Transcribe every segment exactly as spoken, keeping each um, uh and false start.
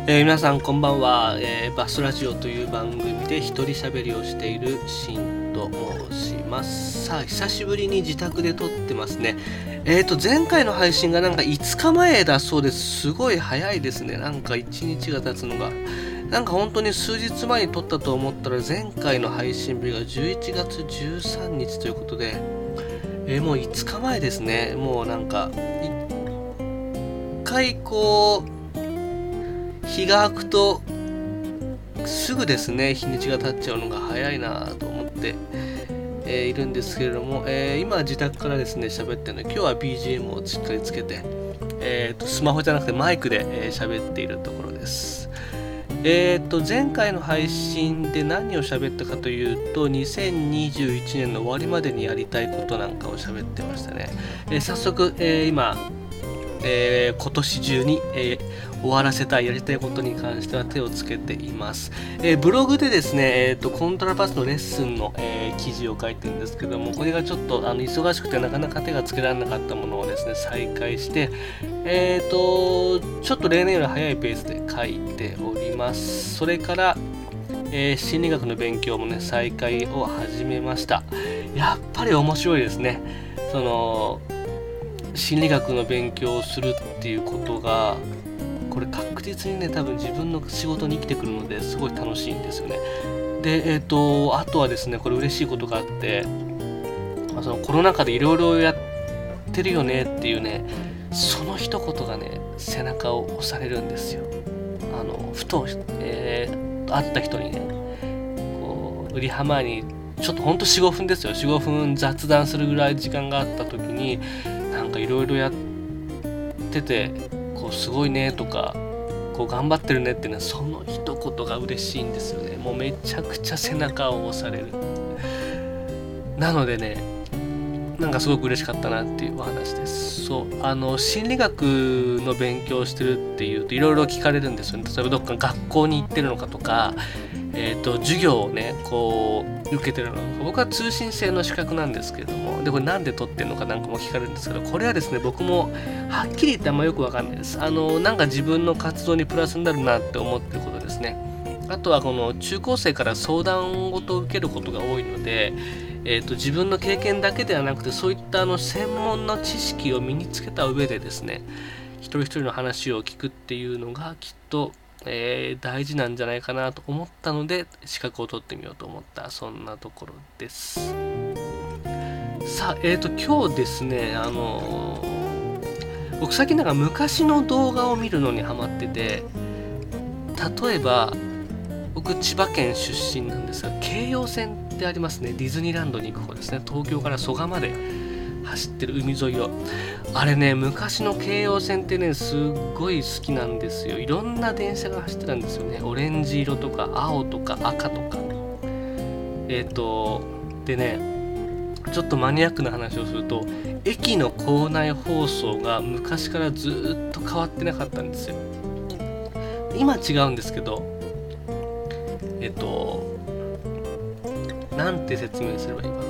えー皆さんこんばんは、えーバスラジオという番組で一人喋りをしているシンと申します。さあ久しぶりに自宅で撮ってますね。えーと前回の配信がなんかいつかまえだそうです。すごい早いですね。なんかいちにちが経つのがなんか本当に数日前に撮ったと思ったら、前回の配信日がじゅういちがつじゅうさんにちということで、えーもういつかまえですね。もうなんか一回こう日が空くとすぐですね、日にちが経っちゃうのが早いなと思って、えーいるんですけれども、えー今自宅からですね喋ってるので、今日は ビージーエム をしっかりつけて、えーとスマホじゃなくてマイクでえー喋っているところです。えーと前回の配信で何を喋ったかというと、にせんにじゅういちねんの終わりまでにやりたいことなんかを喋ってましたね。えー早速、えー今えー今年中に、えー終わらせたいやりたいことに関しては手をつけています。えーブログでですね、えーとコントラバスのレッスンの、えー記事を書いてるんですけども、これがちょっとあの忙しくてなかなか手がつけられなかったものをですね再開して、えーとちょっと例年より早いペースで書いております。それから、えー心理学の勉強もね再開を始めました。やっぱり面白いですね。その心理学の勉強をするっていうことが、これ確実にね多分自分の仕事に生きてくるので、すごい楽しいんですよね。でえっ、とあとはですね、これ嬉しいことがあって、まあ、そのコロナ禍でいろいろやってるよねっていうね、その一言がね背中を押されるんですよ。あのふと、えー会った人にね、こう売り浜にちょっとほんと よん,ご 分ですよ、よん,ご 分雑談するぐらい時間があった時に、なんかいろいろやっててこうすごいねとか、こう頑張ってるねってね、その一言が嬉しいんですよね。もうめちゃくちゃ背中を押される。なのでね、なんかすごく嬉しかったなっていうお話です。そうあの心理学の勉強をしてるっていうといろいろ聞かれるんですよね。例えばどっか学校に行ってるのかとか、えー、と授業をねこう受けてるのか。僕は通信制の資格なんですけれども、でこれなんで取ってるのかなんかも聞かれるんですけど、これはですね僕もはっきり言ってあんまよくわかんないです。あのなんか自分の活動にプラスになるなって思ってることですね。あとはこの中高生から相談事を受けることが多いので、えー、と自分の経験だけではなくて、そういったあの専門の知識を身につけた上でですね、一人一人の話を聞くっていうのがきっと、えー大事なんじゃないかなと思ったので、資格を取ってみようと思った、そんなところです。さあ、えーと今日ですね、あのー僕最近なんか昔の動画を見るのにハマってて、例えば僕千葉県出身なんですが、京葉線ってありますね。ディズニーランドに行く方ですね。東京から蘇我まで走ってる海沿いを、あれね、昔の京葉線ってねすっごい好きなんですよ。いろんな電車が走ってたんですよね。オレンジ色とか青とか赤とか、えっ、とでね、ちょっとマニアックな話をすると、駅の構内放送が昔からずっと変わってなかったんですよ。今違うんですけど、えっとなんて説明すればいいかな。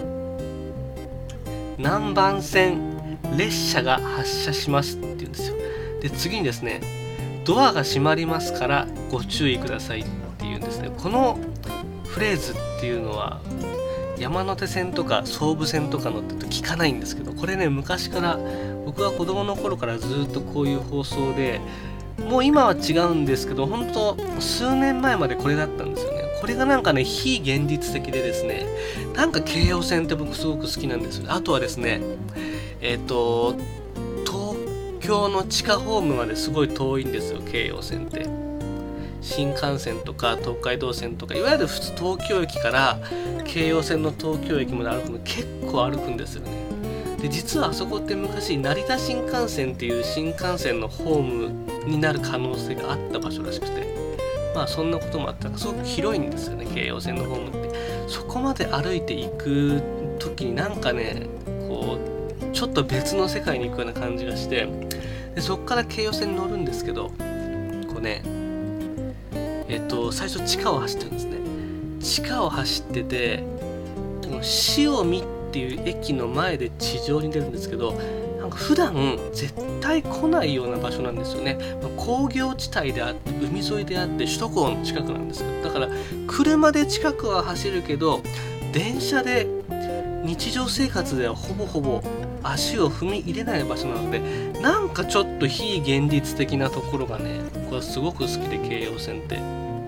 何番線列車が発車しますって言うんですよ。で次にですね、ドアが閉まりますからご注意くださいって言うんですね。このフレーズっていうのは山手線とか総武線とか乗ってると聞かないんですけど、これね昔から、僕は子供の頃からずっとこういう放送で、もう今は違うんですけど、本当数年前までこれだったんですよね。これがなんかね非現実的でですね、なんか京葉線って僕すごく好きなんですよね。あとはですね、えっ、と東京の地下ホームまですごい遠いんですよ、京葉線って。新幹線とか東海道線とか、いわゆる普通東京駅から京葉線の東京駅まで歩くの結構歩くんですよね。で実はあそこって昔成田新幹線っていう新幹線のホームになる可能性があった場所らしくて、まあそんなこともあったらすごく広いんですよね、京葉線のホームって。そこまで歩いていく時になんかね、こうちょっと別の世界に行くような感じがして、でそこから京葉線に乗るんですけど、こうねえっと最初地下を走ってるんですね。地下を走ってて、塩見っていう駅の前で地上に出るんですけど、 なんか普段絶対来ないような場所なんですよね。まあ、工業地帯であって海沿いであって首都高の近くなんですけど、だから車で近くは走るけど電車で日常生活ではほぼほぼ足を踏み入れない場所なので、なんかちょっと非現実的なところがね、これすごく好きで、京葉線って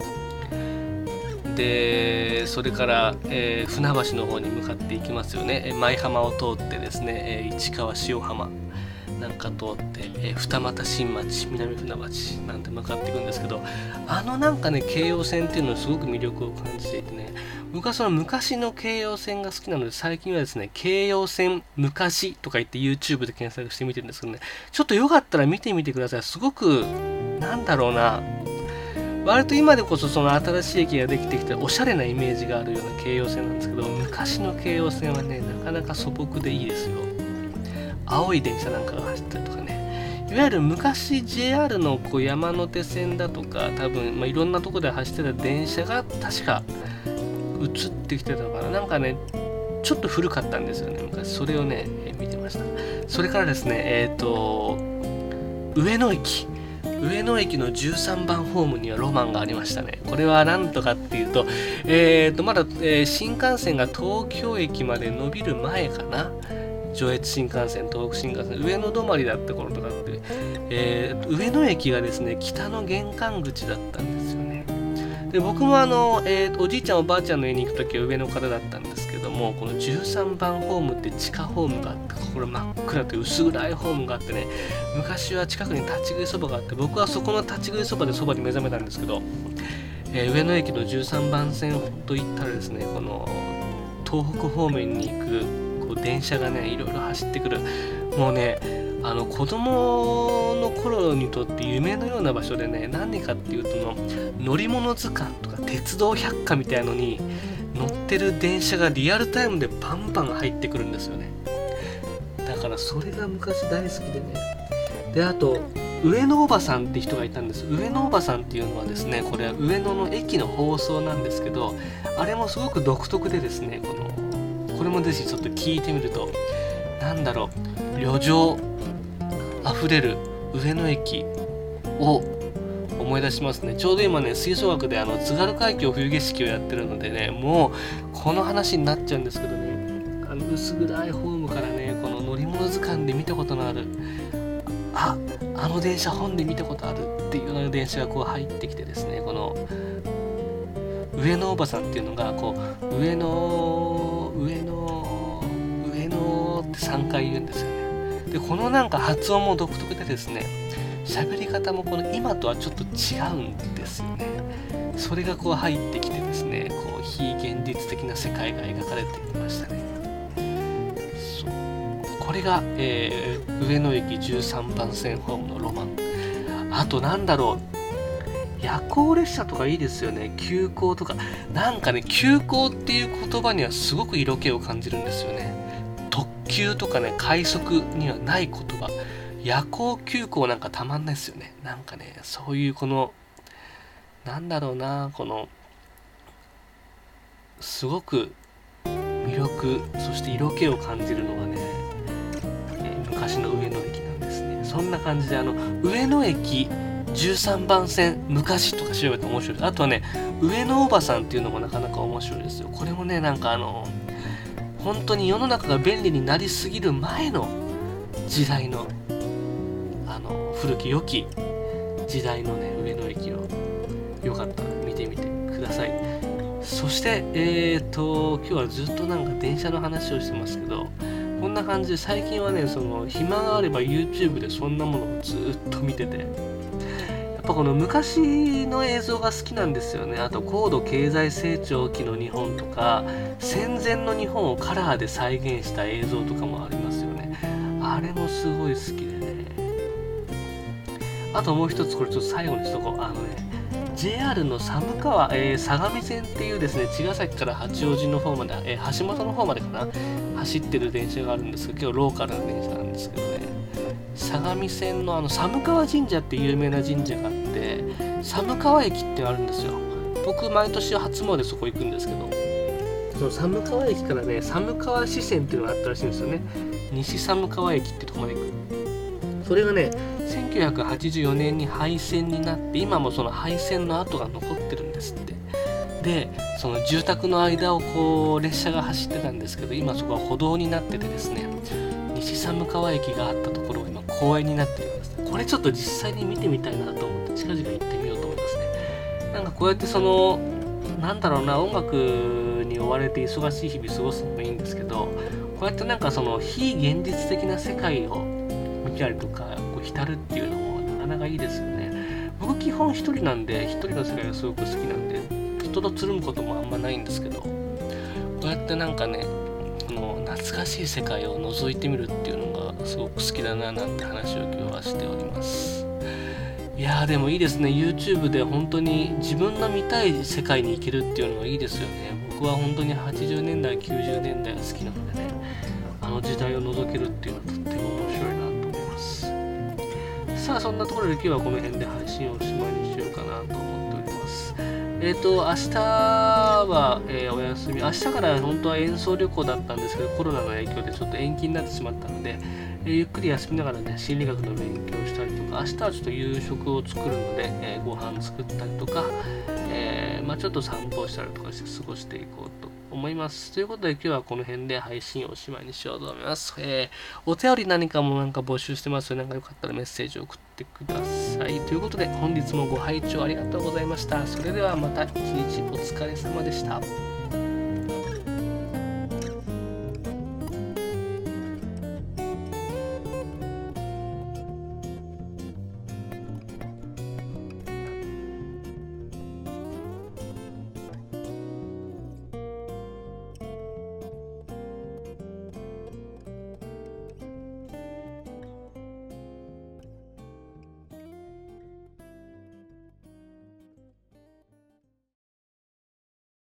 で、それから、えー、船橋の方に向かっていきますよね。舞浜を通ってですね、えー、市川塩浜なんか通って、えー、二俣新町、南船橋なんて向かっていくんですけど、あのなんかね京葉線っていうのはすごく魅力を感じていてね、僕はその昔の京葉線が好きなので、最近はですね京葉線昔とか言って YouTube で検索してみてるんですけどね、ちょっとよかったら見てみてください。すごくなんだろうな、割と今でこそその新しい駅ができてきておしゃれなイメージがあるような京葉線なんですけど、昔の京葉線はねなかなか素朴でいいですよ。青い電車なんかが走ったりとかね、いわゆる昔 ジェイアール のこう山手線だとか多分、まあ、いろんなとこで走ってた電車が確か移ってきてたのかな、なんかねちょっと古かったんですよね昔。それをね見てました。それからですねえっ、ー、と上野駅上野駅のじゅうさんばんホームにはロマンがありましたね。これは何とかっていうと、えーとまだ、えー、新幹線が東京駅まで伸びる前かな、上越新幹線、東北新幹線、上野止まりだった頃とかって、えー、上野駅がですね北の玄関口だったんですよね。で僕もあの、えーとおじいちゃんおばあちゃんの家に行くときは上野からだったんですけども、このじゅうさんばんホームって地下ホームがあって、これ真っ暗で薄暗いホームがあってね、昔は近くに立ち食いそばがあって、僕はそこの立ち食いそばでそばに目覚めたんですけど、えー、上野駅のじゅうさんばん線といったらですね、この東北方面に行くこう電車がねいろいろ走ってくる、もうねあの子供の頃にとって夢のような場所でね、何かっていうとの乗り物図鑑とか鉄道百科みたいのに乗ってる電車がリアルタイムでバンバン入ってくるんですよね。だからそれが昔大好きでね。であと上野おばさんって人がいたんです。上野おばさんっていうのはですね、これは上野の駅の放送なんですけど、あれもすごく独特でですね、このこれもぜひちょっと聞いてみると、なんだろう、旅情あふれる上野駅を思い出しますね。ちょうど今ね吹奏楽であの津軽海峡冬景色をやってるのでね、もうこの話になっちゃうんですけどね、あの薄暗いホームからね、この乗り物図鑑で見たことのある、ああの電車本で見たことあるっていうような電車がこう入ってきてですね、この上野おばさんっていうのがこう上野上野上野ってさんかい言うんですよね。でこのなんか発音も独特でですね、喋り方もこの今とはちょっと違うんですよね。それがこう入ってきてですね、こう非現実的な世界が描かれていましたね。そうこれが、えー、上野駅じゅうさんばん線ホームのロマン。あとなんだろう、夜行列車とかいいですよね。急行とか、なんかね急行っていう言葉にはすごく色気を感じるんですよね。特急とかね快速にはない言葉、夜行急行なんかたまんないですよね。なんかねそういうこのなんだろうな、このすごく魅力、そして色気を感じるのがね、えー、昔の上野駅なんですね。そんな感じであの上野駅じゅうさんばん線昔とか調べて面白いです。あとはね上野おばさんっていうのもなかなか面白いですよ。これもねなんかあの本当に世の中が便利になりすぎる前の時代のあの古き良き時代のね上野駅をよかったら見てみてください。そしてえーと今日はずっとなんか電車の話をしてますけど、こんな感じで最近はねその暇があれば YouTube でそんなものをずっと見てて、やっぱこの昔の映像が好きなんですよね。あと高度経済成長期の日本とか戦前の日本をカラーで再現した映像とかもありますよね。あれもすごい好きでね。あともう一つこれちょっと最後にしとこう。あのね ジェイアール の寒川、えー、相模線っていうですね、茅ヶ崎から八王子の方まで、えー、橋本の方までかな走ってる電車があるんですけど、結構ローカルな電車なんですけどね、相模線のあの寒川神社っていう有名な神社があって、寒川駅ってあるんですよ。僕毎年初詣そこ行くんですけど、その寒川駅からね寒川支線っていうのがあったらしいんですよね。 西寒川駅ってとこまで行く。それがねせんきゅうひゃくはちじゅうよねんに廃線になって、今もその廃線の跡が残ってるんですって。でその住宅の間をこう列車が走ってたんですけど、今そこは歩道になっててですね、西寒川駅があったところが今公園になってるんです。これちょっと実際に見てみたいなと思って近々行ってみようと思いますね。なんかこうやってそのなんだろうな、音楽に追われて忙しい日々過ごすのもいいんですけど、こうやってなんかその非現実的な世界を見たりとかこう浸るっていうのもなかなかいいですよね。僕基本一人なんで、一人の世界がすごく好きなんで、人とつるむこともあんまないんですけど、こうやってなんかね、この懐かしい世界を覗いてみるっていうのがすごく好きだななんて話を今日はしております。いやーでもいいですね。 YouTube で本当に自分の見たい世界に行けるっていうのはいいですよね。僕は本当にはちじゅうねんだいきゅうじゅうねんだいが好きなのでね、あの時代を覗けるっていうのはとっても面白いなと思います。さあそんなところで今日はこの辺で配信をおしまいにしようかなと思っております。えっ、ー、と明日は、えー、お休み。明日から本当は演奏旅行だったんですけど、コロナの影響でちょっと延期になってしまったので、えー、ゆっくり休みながらね心理学の勉強をしたりとか、明日はちょっと夕食を作るので、えー、ご飯作ったりとか、えーまあ、ちょっと散歩したりとかして過ごしていこうと思います。ということで今日はこの辺で配信をおしまいにしようと思います。えー、お便り何かもなんか募集してますよ。なんかよかったらメッセージを送ってください。ということで本日もご拝聴ありがとうございました。それではまた一日お疲れ様でした。